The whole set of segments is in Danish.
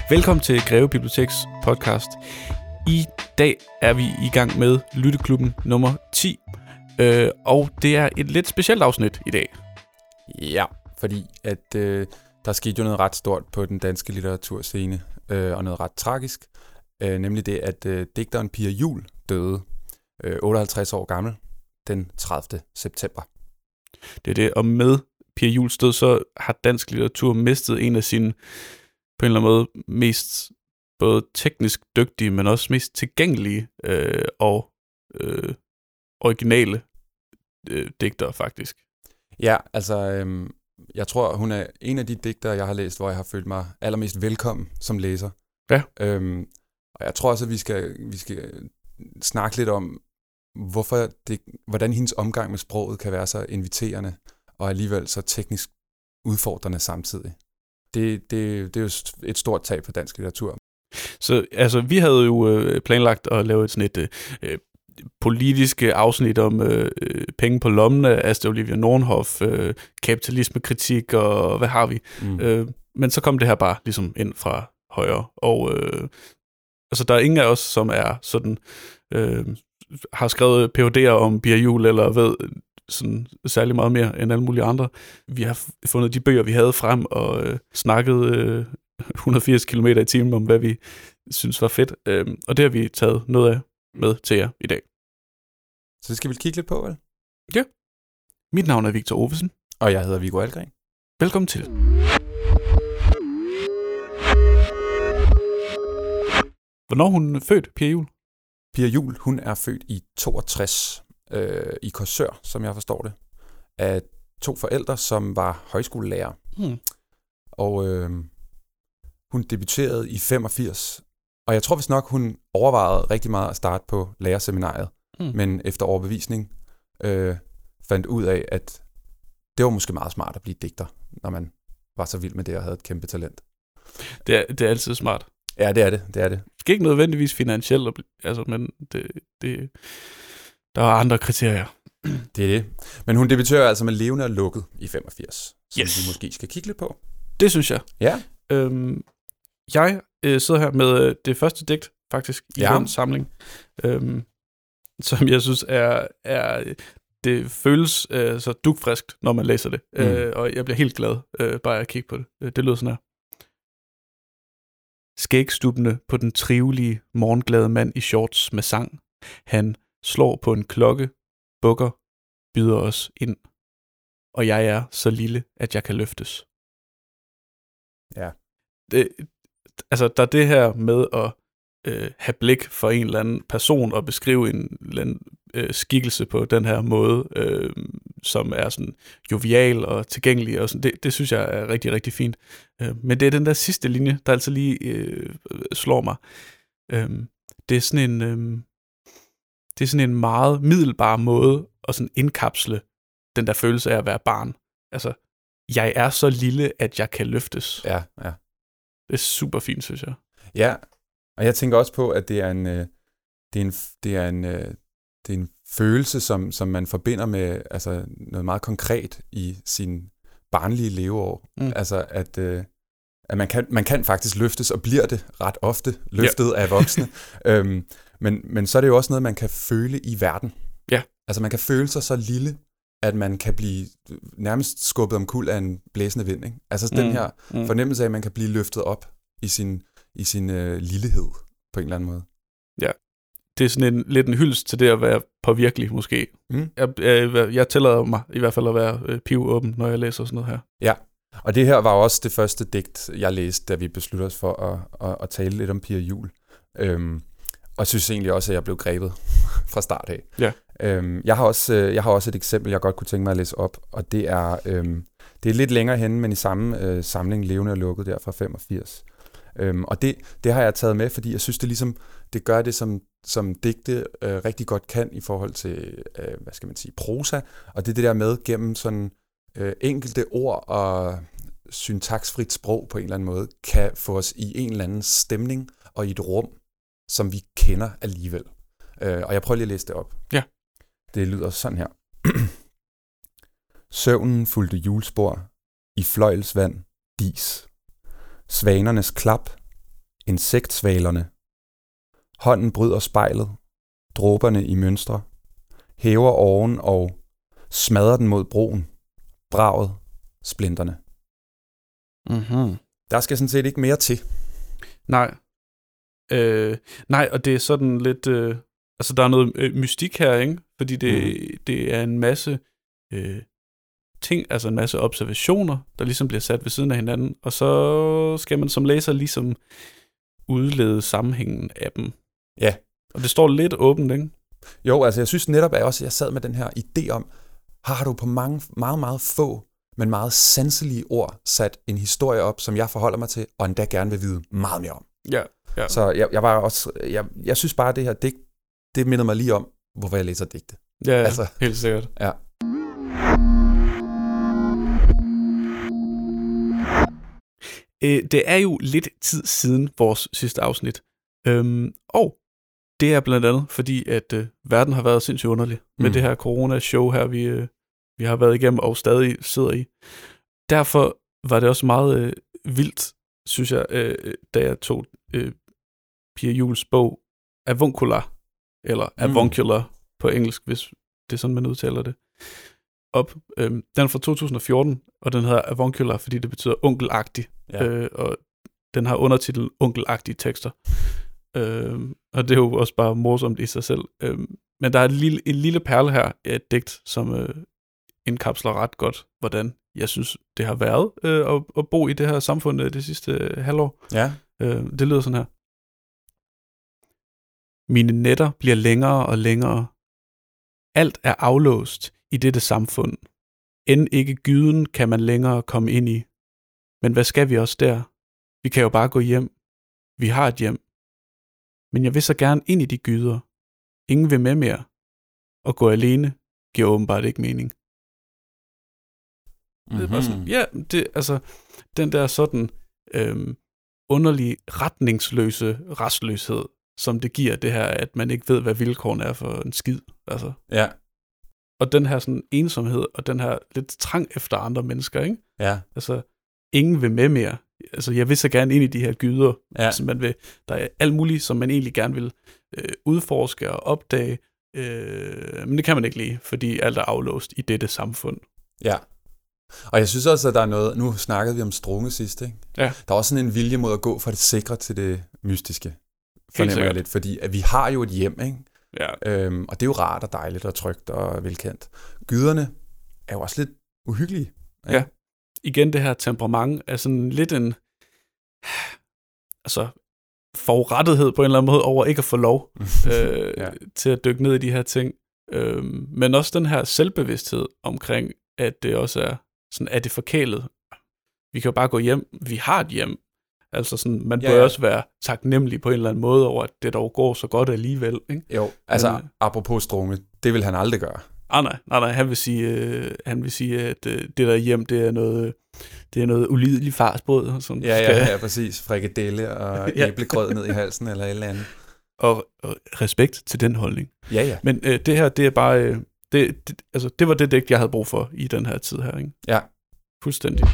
Velkommen til Greve Biblioteks podcast. I dag er vi i gang med Lytteklubben nummer 10, og det er et lidt specielt afsnit i dag. Ja, fordi at der skete jo noget ret stort på den danske litteraturscene, og noget ret tragisk, nemlig det, at digteren Pia Juul døde 58 år gammel den 30. september. Det er det, og med Pia Juuls død, så har dansk litteratur mistet en af sine, på en eller anden måde, mest både teknisk dygtige, men også mest tilgængelige og originale digtere, faktisk. Ja, altså, jeg tror, hun er en af de digtere, jeg har læst, hvor jeg har følt mig allermest velkommen som læser. Ja. Og jeg tror også, at vi skal snakke lidt om, hvordan hendes omgang med sproget kan være så inviterende, og alligevel så teknisk udfordrende samtidig. Det er jo et stort tab på dansk litteratur. Så altså, vi havde jo planlagt at lave et sådan et politiske afsnit om penge på lommen af Asta Olivia Nordenhof, kapitalismekritik og hvad har vi. Men så kom det her bare ligesom ind fra højre. Og altså, der er ingen af os, som er sådan har skrevet PhD'er om Pia Juul, eller ved sådan særlig meget mere end alle mulige andre. Vi har fundet de bøger, vi havde frem, og snakket 180 km i timen om, hvad vi synes var fedt. Og det har vi taget noget af med til jer i dag. Så det skal vi kigge lidt på, vel? Ja. Mit navn er Victor Ovesen. Og jeg hedder Viggo Ahlgren. Velkommen til. Hvornår er hun født, Pia Juul? Pia Juul, hun er født i 62 i Korsør, som jeg forstår det, af to forældre, som var højskolelærer. Og hun debuterede i 85. Og jeg tror vist nok, hun overvejede rigtig meget at starte på lærerseminariet, men efter overbevisning fandt ud af, at det var måske meget smart at blive digter, når man var så vild med det og havde et kæmpe talent. Det er altid smart. Ja, det er det. Det er ikke nødvendigvis finansielt, altså, men der er andre kriterier. Det er det. Men hun debuterer altså med Levende og Lukket i 85, som vi måske skal kigge lidt på. Det synes jeg. Ja. Jeg sidder her med det første digt, faktisk, i den samling, som jeg synes det føles så dugfriskt, når man læser det. Og jeg bliver helt glad bare at kigge på det. Det lyder sådan her. Skægstubne på den trivelige, morgenglade mand i shorts med sang. Han slår på en klokke, bukker, byder os ind. Og jeg er så lille, at jeg kan løftes. Ja. Altså, der er det her med at have blik for en eller anden person og beskrive en eller anden skikkelse på den her måde, som er sådan jovial og tilgængelig, og sådan, det synes jeg er rigtig, rigtig fint. Men det er den der sidste linje, der altså lige slår mig. Det er sådan en meget middelbar måde at sådan indkapsle den der følelse af at være barn. Altså, jeg er så lille, at jeg kan løftes. Ja. Det er super fint, synes jeg. Ja, og jeg tænker også på, at det er en følelse, som man forbinder med altså noget meget konkret i sin barnlige leveår. Altså at man kan faktisk løftes, og bliver det ret ofte løftet af voksne. Men så er det jo også noget, man kan føle i verden. Ja. Altså man kan føle sig så lille, at man kan blive nærmest skubbet omkuld af en blæsende vind. Ikke? Altså den her fornemmelse af, at man kan blive løftet op i sin lillehed på en eller anden måde. Ja. Det er sådan lidt en hyldest til det at være påvirkelig, måske. Jeg tillader mig i hvert fald at være pivåben, når jeg læser sådan noget her. Ja, og det her var også det første digt, jeg læste, da vi besluttede os for at tale lidt om Pia Juul. Og jeg synes egentlig også, at jeg blev grebet fra start af. Ja. Jeg har også et eksempel, jeg godt kunne tænke mig at læse op, og det er lidt længere henne, men i samme samling Levende og Lukket der fra 85. Og det har jeg taget med, fordi jeg synes, det gør det, som digte rigtig godt kan i forhold til, hvad skal man sige, prosa, og det er det der med gennem sådan enkelte ord og syntaksfrit sprog på en eller anden måde, kan få os i en eller anden stemning og i et rum, som vi kender alligevel. Og jeg prøver lige at læse det op. Ja. Det lyder sådan her. Søvnen fulgte hjulspor, i fløjelsvand, dis. Svanernes klap, insektsvalerne. Hånden bryder spejlet, dråberne i mønstre, hæver oven og smadrer den mod broen, braget, splinterne. Mhm. Der skal sådan set ikke mere til. Nej. Nej, og det er sådan lidt... altså, der er noget mystik her, ikke? Fordi det er en masse ting, altså en masse observationer, der ligesom bliver sat ved siden af hinanden, og så skal man som læser ligesom udlede sammenhængen af dem. Ja. Og det står lidt åbent, ikke? Jo, altså jeg synes netop, at jeg sad med den her idé om, har du på meget, meget få, men meget sanselige ord sat en historie op, som jeg forholder mig til, og endda gerne vil vide meget mere om. Ja. Så jeg var også, jeg synes bare, at det her digt, det minder mig lige om, hvorfor jeg læser digte. Ja, altså, helt sikkert. Ja. Det er jo lidt tid siden vores sidste afsnit. Og det er blandt andet, fordi at verden har været sindssygt underlig med det her corona-show her, vi har været igennem og stadig sidder i. Derfor var det også meget vildt, synes jeg, da jeg tog Pia Juhls bog Avuncular, eller Avuncular på engelsk, hvis det er sådan, man udtaler det, op. Den er fra 2014, og den hedder Avuncular, fordi det betyder onkelagtig. Ja. Og den har undertitlen onkelagtige tekster. Og det er jo også bare morsomt i sig selv. Men der er en lille perle her, et digt, som indkapsler ret godt, hvordan jeg synes, det har været at bo i det her samfund det sidste halvår. Ja. Det lyder sådan her. Mine nætter bliver længere og længere. Alt er aflåst i dette samfund. End ikke gyden kan man længere komme ind i. Men hvad skal vi også der? Vi kan jo bare gå hjem. Vi har et hjem. Men jeg vil så gerne ind i de gyder. Ingen vil med mere. Og gå alene giver åbenbart ikke mening. Det er bare sådan, ja, det, altså, den der sådan underlig retningsløse restløshed, som det giver det her, at man ikke ved, hvad vilkårene er for en skid. Altså. Ja. Og den her sådan ensomhed, og den her lidt trang efter andre mennesker, ikke? Ja. Altså, ingen vil med mere. Altså, jeg vil så gerne ind i de her gyder, som man vil. Der er alt muligt, som man egentlig gerne vil udforske og opdage, men det kan man ikke lige, fordi alt er aflåst i dette samfund. Ja. Og jeg synes også, at der er noget, nu snakkede vi om Strunge sidst, ikke? Ja. Der er også sådan en vilje mod at gå fra det sikre til det mystiske, fornemmer jeg lidt, fordi at vi har jo et hjem, ikke? Ja. Og det er jo rart og dejligt og trygt og velkendt. Gyderne er jo også lidt uhyggelige. Ikke? Ja. Igen, det her temperament er sådan lidt en forurettethed på en eller anden måde over ikke at få lov til at dykke ned i de her ting. Men også den her selvbevidsthed omkring, at det også er sådan, er det forkælet? Vi kan jo bare gå hjem. Vi har et hjem. Altså sådan, man bør også være taknemmelig på en eller anden måde over, at det dog går så godt alligevel. Ikke? Jo, altså apropos Strunge, det vil han aldrig gøre. Nej, han vil sige, at det der hjem, det er noget ulideligt farsbrød. Som ja, præcis. Frikadelle og æblegrød ned i halsen eller et eller andet. Og respekt til den holdning. Ja. Men det her, det er bare, det var det digt, jeg havde brug for i den her tid her, ikke? Ja. Fuldstændig.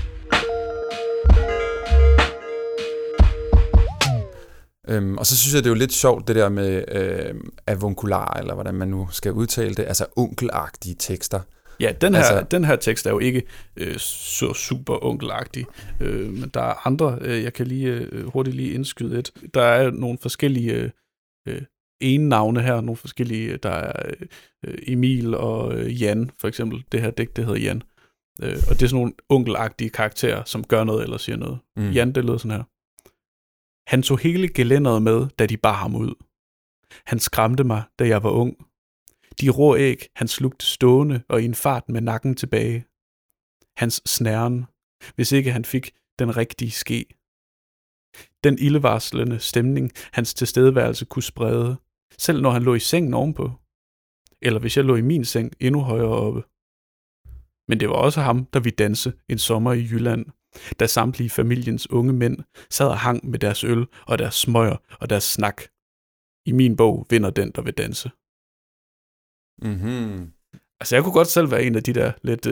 Og så synes jeg, det er jo lidt sjovt, det der med avuncular, eller hvordan man nu skal udtale det, altså onkelagtige tekster. Ja, den her tekst er jo ikke så super onkelagtig, men der er andre, jeg kan hurtigt indskyde et. Der er nogle forskellige navne her, nogle forskellige, der er Emil og Jan, for eksempel. Det her digt, det hedder Jan. Og det er sådan nogle onkelagtige karakterer, som gør noget eller siger noget. Jan, det lyder sådan her. Han tog hele gelænderet med, da de bar ham ud. Han skræmte mig, da jeg var ung. De rå æg, han slugte stående og i en fart med nakken tilbage. Hans snæren, hvis ikke han fik den rigtige ske. Den ildevarslende stemning, hans tilstedeværelse kunne sprede, selv når han lå i sengen ovenpå. Eller hvis jeg lå i min seng endnu højere oppe. Men det var også ham, der ville danse en sommer i Jylland, da samtlige familiens unge mænd sad og hang med deres øl og deres smøger og deres snak. I min bog vinder den, der vil danse. Mm-hmm. Altså, jeg kunne godt selv være en af de der lidt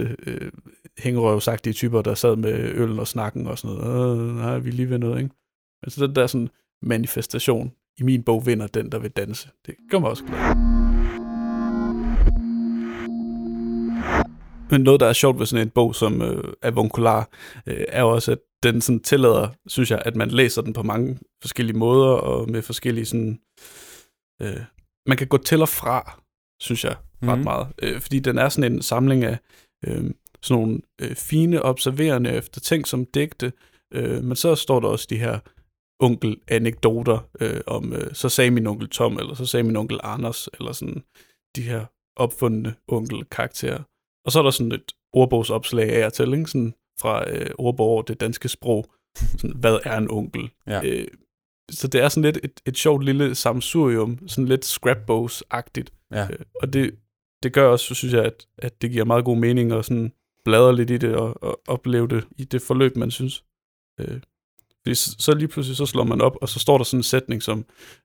hængerøvsagtige typer, der sad med øllen og snakken og sådan noget. Nej, vi er lige ved noget, ikke? Altså, det der sådan manifestation. I min bog vinder den, der vil danse. Det gør mig også glad. Men noget, der er sjovt ved sådan en bog som Avuncular, er jo også, at den sådan tillader, synes jeg, at man læser den på mange forskellige måder, og med forskellige sådan... man kan gå til og fra, synes jeg, ret meget. Fordi den er sådan en samling af sådan nogle fine, observerende, eftertænksomme digte, men så står der også de her onkel-anekdoter om, så sagde min onkel Tom, eller så sagde min onkel Anders, eller sådan de her opfundne onkel-karakterer. Og så er der sådan et ordbogsopslag af og til, ikke? Sådan fra ordbog over det danske sprog. Sådan, hvad er en onkel? Ja. Så det er sådan lidt et sjovt lille sammensurium, sådan lidt scrapbogs-agtigt. Ja. Og det gør også, synes jeg, at det giver meget god mening at sådan bladre lidt i det og opleve det i det forløb, man synes. Fordi så lige pludselig så slår man op, og så står der sådan en sætning som,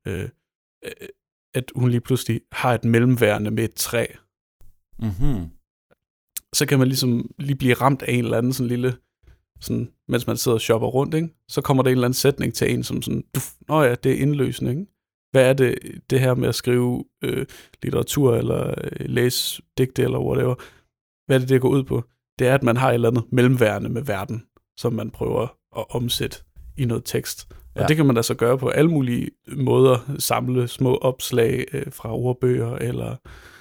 at hun lige pludselig har et mellemværende med et træ. Mhm. Så kan man ligesom lige blive ramt af en eller anden sådan lille, sådan, mens man sidder og shopper rundt, ikke? Så kommer der en eller anden sætning til en, som sådan, nå ja, det er indløsende, ikke? Hvad er det her med at skrive litteratur, eller læse digte, eller whatever? Hvad er det går ud på? Det er, at man har et eller andet mellemværende med verden, som man prøver at omsætte i noget tekst. Og det kan man altså gøre på alle mulige måder. Samle små opslag fra ordbøger, eller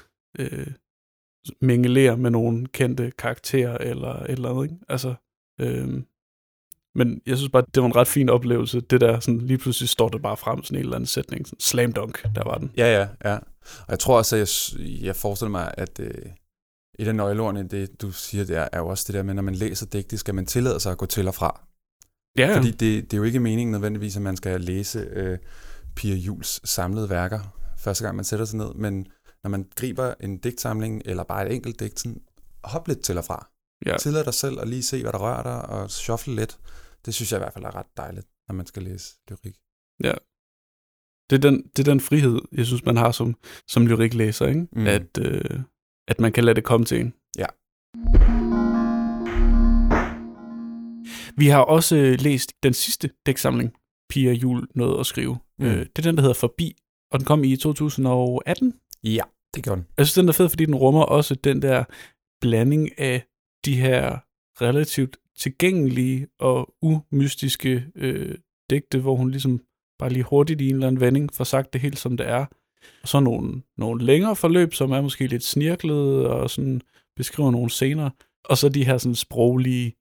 mingelere med nogle kendte karakterer, eller et eller andet, ikke? Altså, men jeg synes bare, det var en ret fin oplevelse. Det der, sådan lige pludselig står der bare frem sådan en eller anden sætning. Sådan, slam dunk, der var den. Ja. Og jeg tror også, at jeg forestiller mig, at et af nøgleordene, det du siger, det er jo også det der med, når man læser digte, skal man tillade sig at gå til og fra. Ja. Fordi det er jo ikke meningen nødvendigvis, at man skal læse Pia Juuls samlede værker, første gang man sætter sig ned, men når man griber en digtsamling, eller bare et enkelt digt, sådan, hop lidt til og fra. Ja. Tillad dig selv at lige se, hvad der rører dig, og shuffle lidt. Det synes jeg i hvert fald er ret dejligt, når man skal læse lyrik. Ja. Det er den frihed, jeg synes, man har som lyriklæser, ikke? At man kan lade det komme til en. Ja. Vi har også læst den sidste digtsamling, Pia Juul nåede at skrive. Det er den, der hedder Forbi, og den kom i 2018. Ja, det gjorde den. Jeg synes, den er fed, fordi den rummer også den der blanding af de her relativt tilgængelige og umystiske digte, hvor hun ligesom bare lige hurtigt i en eller anden vending får sagt det helt, som det er. Og så nogle længere forløb, som er måske lidt snirklede og sådan beskriver nogle scener. Og så de her sådan sproglige,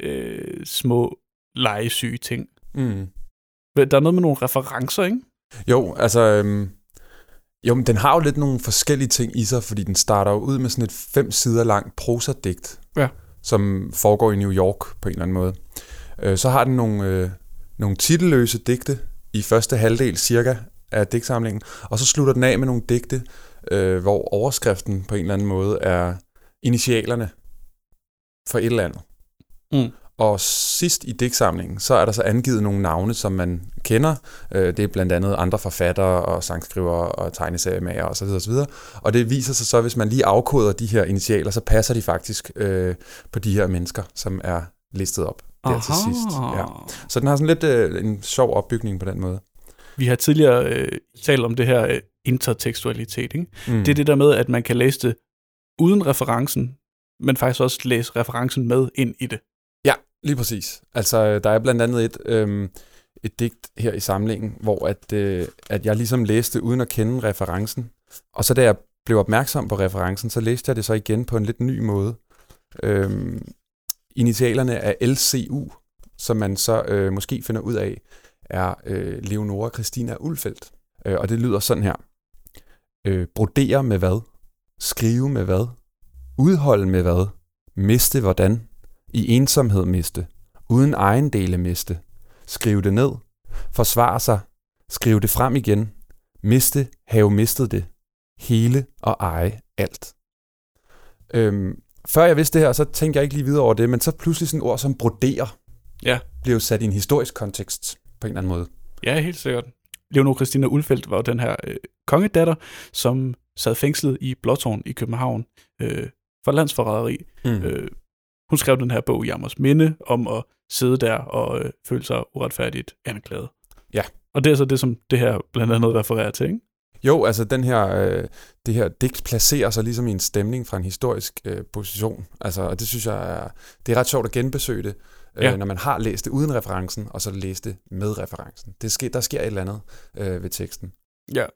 små legesyge ting. Der er noget med nogle referencer, ikke? Jo, altså... men den har jo lidt nogle forskellige ting i sig, fordi den starter jo ud med sådan et 5 sider langt prosadigt, som foregår i New York på en eller anden måde. Så har den nogle titelløse digte i første halvdel cirka af digtsamlingen, og så slutter den af med nogle digte, hvor overskriften på en eller anden måde er initialerne for et eller andet. Og sidst i digtsamlingen, så er der så angivet nogle navne, som man kender. Det er blandt andet andre forfattere og sangskrivere og tegneseriemager osv. osv. Og det viser sig så, hvis man lige afkoder de her initialer, så passer de faktisk på de her mennesker, som er listet op der til sidst. Ja. Så den har sådan lidt en sjov opbygning på den måde. Vi har tidligere talt om det her intertekstualitet, ikke? Det er det der med, at man kan læse det uden referencen, men faktisk også læse referencen med ind i det. Ja, lige præcis. Altså, der er blandt andet et digt her i samlingen, hvor at jeg ligesom læste uden at kende referencen. Og så da jeg blev opmærksom på referencen, så læste jeg det så igen på en lidt ny måde. Initialerne er LCU, som man så måske finder ud af, er Leonora Christina Ulfeldt. Og det lyder sådan her. Brodere med hvad? Skrive med hvad? Udholde med hvad? Miste hvordan? I ensomhed miste. Uden ejendele miste. Skriv det ned. Forsvare sig. Skriv det frem igen. Miste, have mistet det. Hele og eje alt. Før jeg vidste det her, så tænkte jeg ikke lige videre over det, men så pludselig sådan et ord som brodere blev sat i en historisk kontekst på en eller anden måde. Ja, helt sikkert. Leonora Christina Ulfeldt var jo den her kongedatter, som sad fængslet i Blåtårn i København for landsforræderi. Hun skrev den her bog, Jammers Minde, om at sidde der og føle sig uretfærdigt anklaget. Ja. Og det er så det, som det her blandt andet refererer til, ikke? Jo, altså det her digt placerer sig ligesom i en stemning fra en historisk position. Altså, og det synes jeg det er ret sjovt at genbesøge det, når man har læst det uden referencen, og så læst det med referencen. Der sker et eller andet ved teksten. Ja.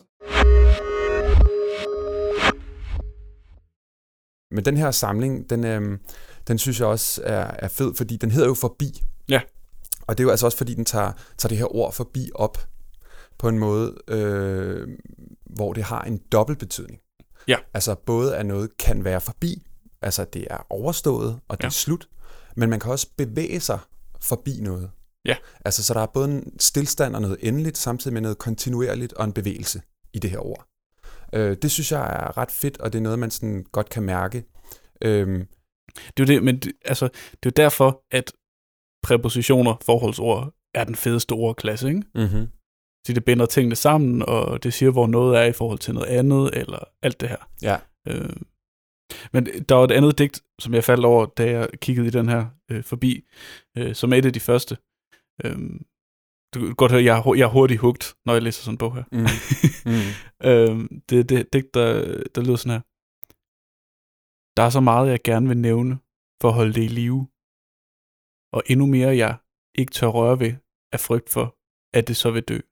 Men den her samling, den synes jeg også er fed, fordi den hedder jo Forbi. Ja. Og det er jo altså også, fordi den tager det her ord forbi op på en måde, hvor det har en dobbelt betydning. Ja. Altså både at noget kan være forbi, altså det er overstået, og det er slut, men man kan også bevæge sig forbi noget. Ja. Altså så der er både en stillstand og noget endeligt, samtidig med noget kontinuerligt og en bevægelse i det her ord. Det synes jeg er ret fedt, og det er noget, man sådan godt kan mærke. Det er jo det, men altså, det er jo derfor, at præpositioner, forholdsord, er den fedeste ordklasse, ikke? Mm-hmm. Så det binder tingene sammen, og det siger, hvor noget er i forhold til noget andet, eller alt det her. Ja. Men der var et andet digt, som jeg faldt over, da jeg kiggede i den her forbi, som er et af de første. Du kan godt høre, jeg er hurtigt hugt, når jeg læser sådan en bog her. Det er det digt, der lyder sådan her. Der er så meget, jeg gerne vil nævne, for at holde det i live. Og endnu mere, jeg ikke tør røre ved, af frygt for, at det så vil dø.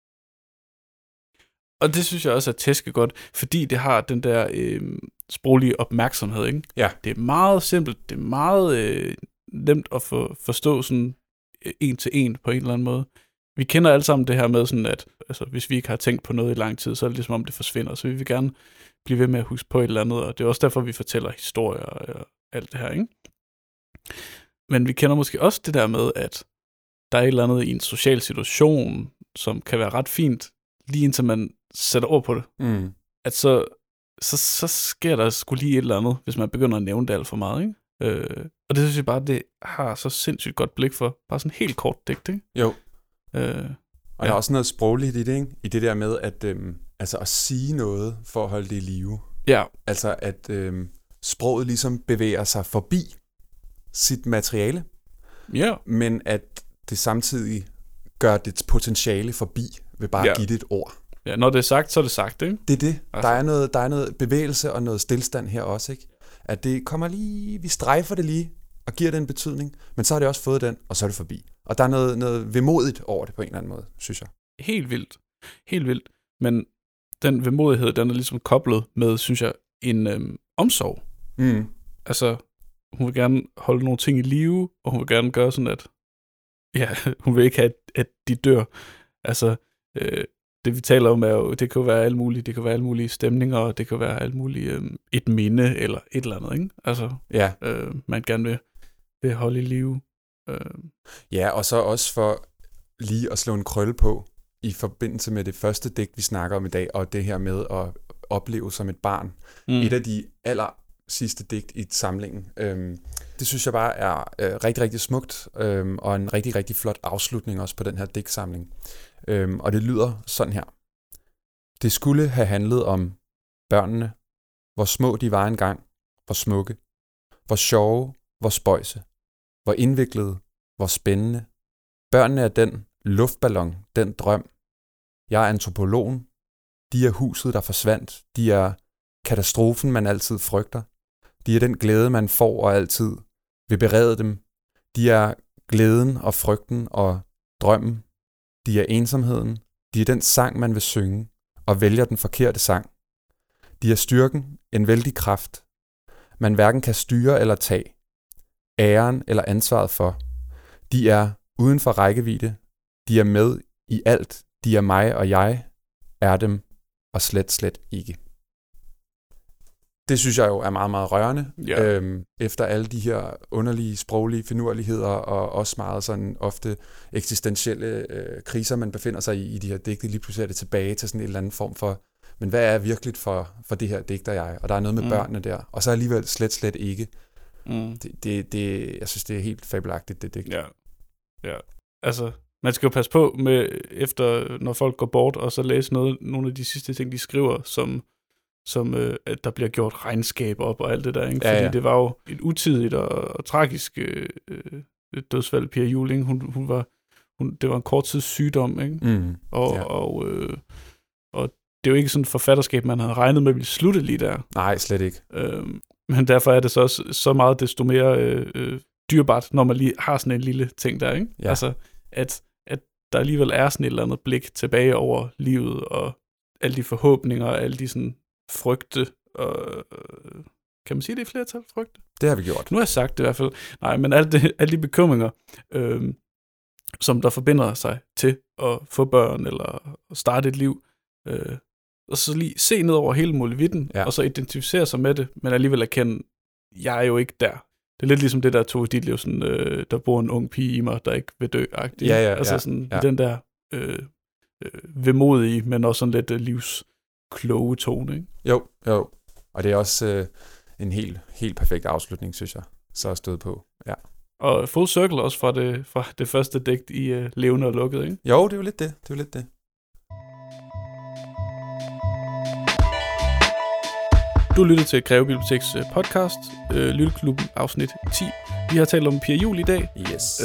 Og det synes jeg også er tæske godt, fordi det har den der sproglige opmærksomhed, ikke? Ja. Det er meget simpelt, det er meget nemt at forstå sådan en til en på en eller anden måde. Vi kender alle sammen det her med sådan, at altså, hvis vi ikke har tænkt på noget i lang tid, så er det ligesom om det forsvinder, så vi vil gerne blive ved med at huske på et eller andet, og det er også derfor, vi fortæller historier og alt det her, ikke? Men vi kender måske også det der med, at der er et eller andet i en social situation, som kan være ret fint, lige indtil man sætter ord på det. Mm. At så sker der sgu lige et eller andet, hvis man begynder at nævne det alt for meget, ikke? Og det synes jeg bare, det har så sindssygt godt blik for. Bare sådan helt kort digt, ikke? Jo. Og der er også noget sprogligt i det, ikke? I det der med, at sige noget for at holde det i live. Ja. Altså, at sproget ligesom bevæger sig forbi sit materiale, men at det samtidig gør det potentiale forbi ved bare at give det et ord. Ja, når det er sagt, så er det sagt, ikke? Det er det. Altså. Der er noget bevægelse og noget stillstand her også, ikke? At det kommer lige, vi strejfer det lige og giver det en betydning, men så har det også fået den, og så er det forbi. Og der er noget vemodigt over det på en eller anden måde, synes jeg. Helt vildt. Helt vildt. Men den vemodighed, den er ligesom koblet med, synes jeg, en omsorg. Mm. Altså, hun vil gerne holde nogle ting i live, og hun vil gerne gøre sådan, at hun vil ikke have, at de dør. Altså, det vi taler om er jo, det kan jo være alle mulige, det kan være alle mulige stemninger, og det kan være alle mulige et minde, eller et eller andet, ikke? Altså, man gerne vil holde i live. Ja, og så også for lige at slå en krølle på, i forbindelse med det første digt, vi snakker om i dag, og det her med at opleve som et barn. Et af de sidste digt i samlingen. Det synes jeg bare er rigtig, rigtig smukt, og en rigtig, rigtig flot afslutning også på den her digtsamling. Og det lyder sådan her. Det skulle have handlet om børnene, hvor små de var engang, hvor smukke, hvor sjove, hvor spøjse, hvor indviklede, hvor spændende. Børnene er den luftballon, den drøm. Jeg er antropologen. De er huset, der forsvandt. De er katastrofen, man altid frygter. De er den glæde, man får og altid vil berede dem. De er glæden og frygten og drømmen. De er ensomheden. De er den sang, man vil synge, og vælger den forkerte sang. De er styrken, en vældig kraft. Man hverken kan styre eller tage. Æren eller ansvaret for. De er uden for rækkevidde. De er med i alt. De er mig, og jeg er dem, og slet ikke. Det synes jeg jo er meget, meget rørende. Ja. Efter alle de her underlige, sproglige finurligheder, og også meget sådan ofte eksistentielle kriser, man befinder sig i de her digte, lige pludselig er det tilbage til sådan en eller anden form for, men hvad er virkeligt for det her digter jeg? Og der er noget med børnene der, og så alligevel slet ikke. Jeg synes, det er helt fabelagtigt, det digt. Ja. Altså, man skal jo passe på med, efter når folk går bort, og så læse nogle af de sidste ting, de skriver, som at der bliver gjort regnskab op og alt det der, ikke? Fordi det var jo et utidigt og tragisk dødsfald, Pia Juel, ikke? Hun det var en kort tids sygdom, ikke? Mm. Og det er jo ikke sådan et forfatterskab, man havde regnet med ville slutte lige der. Nej, slet ikke. Men derfor er det så også så meget desto mere dyrebart, når man lige har sådan en lille ting der, ikke? Ja. Altså, at der alligevel er sådan et eller andet blik tilbage over livet, og alle de forhåbninger, og alle de sådan frygte, og kan man sige det i flertal, frygte? Det har vi gjort. Nu har jeg sagt det i hvert fald. Nej, men alle de bekymringer, som der forbinder sig til at få børn, eller at starte et liv, og så lige se ned over hele muligheden, og så identificere sig med det, men alligevel erkende, jeg er jo ikke der. Det er lidt ligesom det der Tove Ditlevsen, der bor en ung pige i mig, der ikke vil dø-agtigt. Altså sådan den der vemodige, men også sådan lidt livskloge tone, ikke? Jo. Og det er også en helt perfekt afslutning, synes jeg, så er stået på. Ja. Og full circle også fra det første digt i Levende og Lukket, ikke? Jo, det er jo lidt det. Du lytter til Greve Biblioteks podcast, Lytteklubben afsnit 10. Vi har talt om Pia Juul i dag. Yes.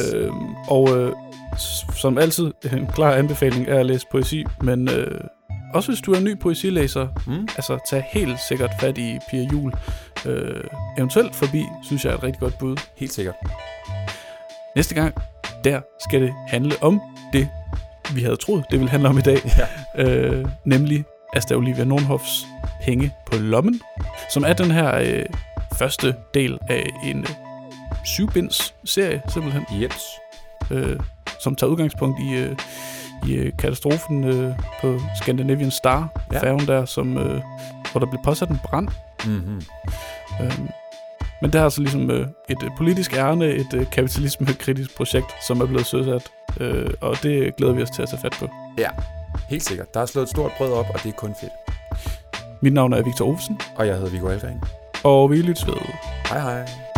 Som altid, en klar anbefaling er at læse poesi, men også hvis du er en ny poesilæser, altså tag helt sikkert fat i Pia Juul. Eventuelt forbi, synes jeg er et rigtig godt bud. Helt sikkert. Næste gang, der skal det handle om det, vi havde troet, det ville handle om i dag. Ja. Nemlig Asta Olivia Nordenhofs Penge på lommen, som er den her første del af en 7-binds serie, simpelthen. Jeps. Som tager udgangspunkt i katastrofen på Scandinavian Star, færgen der, hvor der blev påsat en brand. Mm-hmm. Men det er altså ligesom et politisk ærne, et kapitalisme-kritisk projekt, som er blevet søsat, og det glæder vi os til at tage fat på. Ja, helt sikkert. Der er slået et stort brød op, og det er kun fedt. Mit navn er Victor Olsen. Og jeg hedder Viggo Ahlgren. Og vi lyttes ved. Hej hej.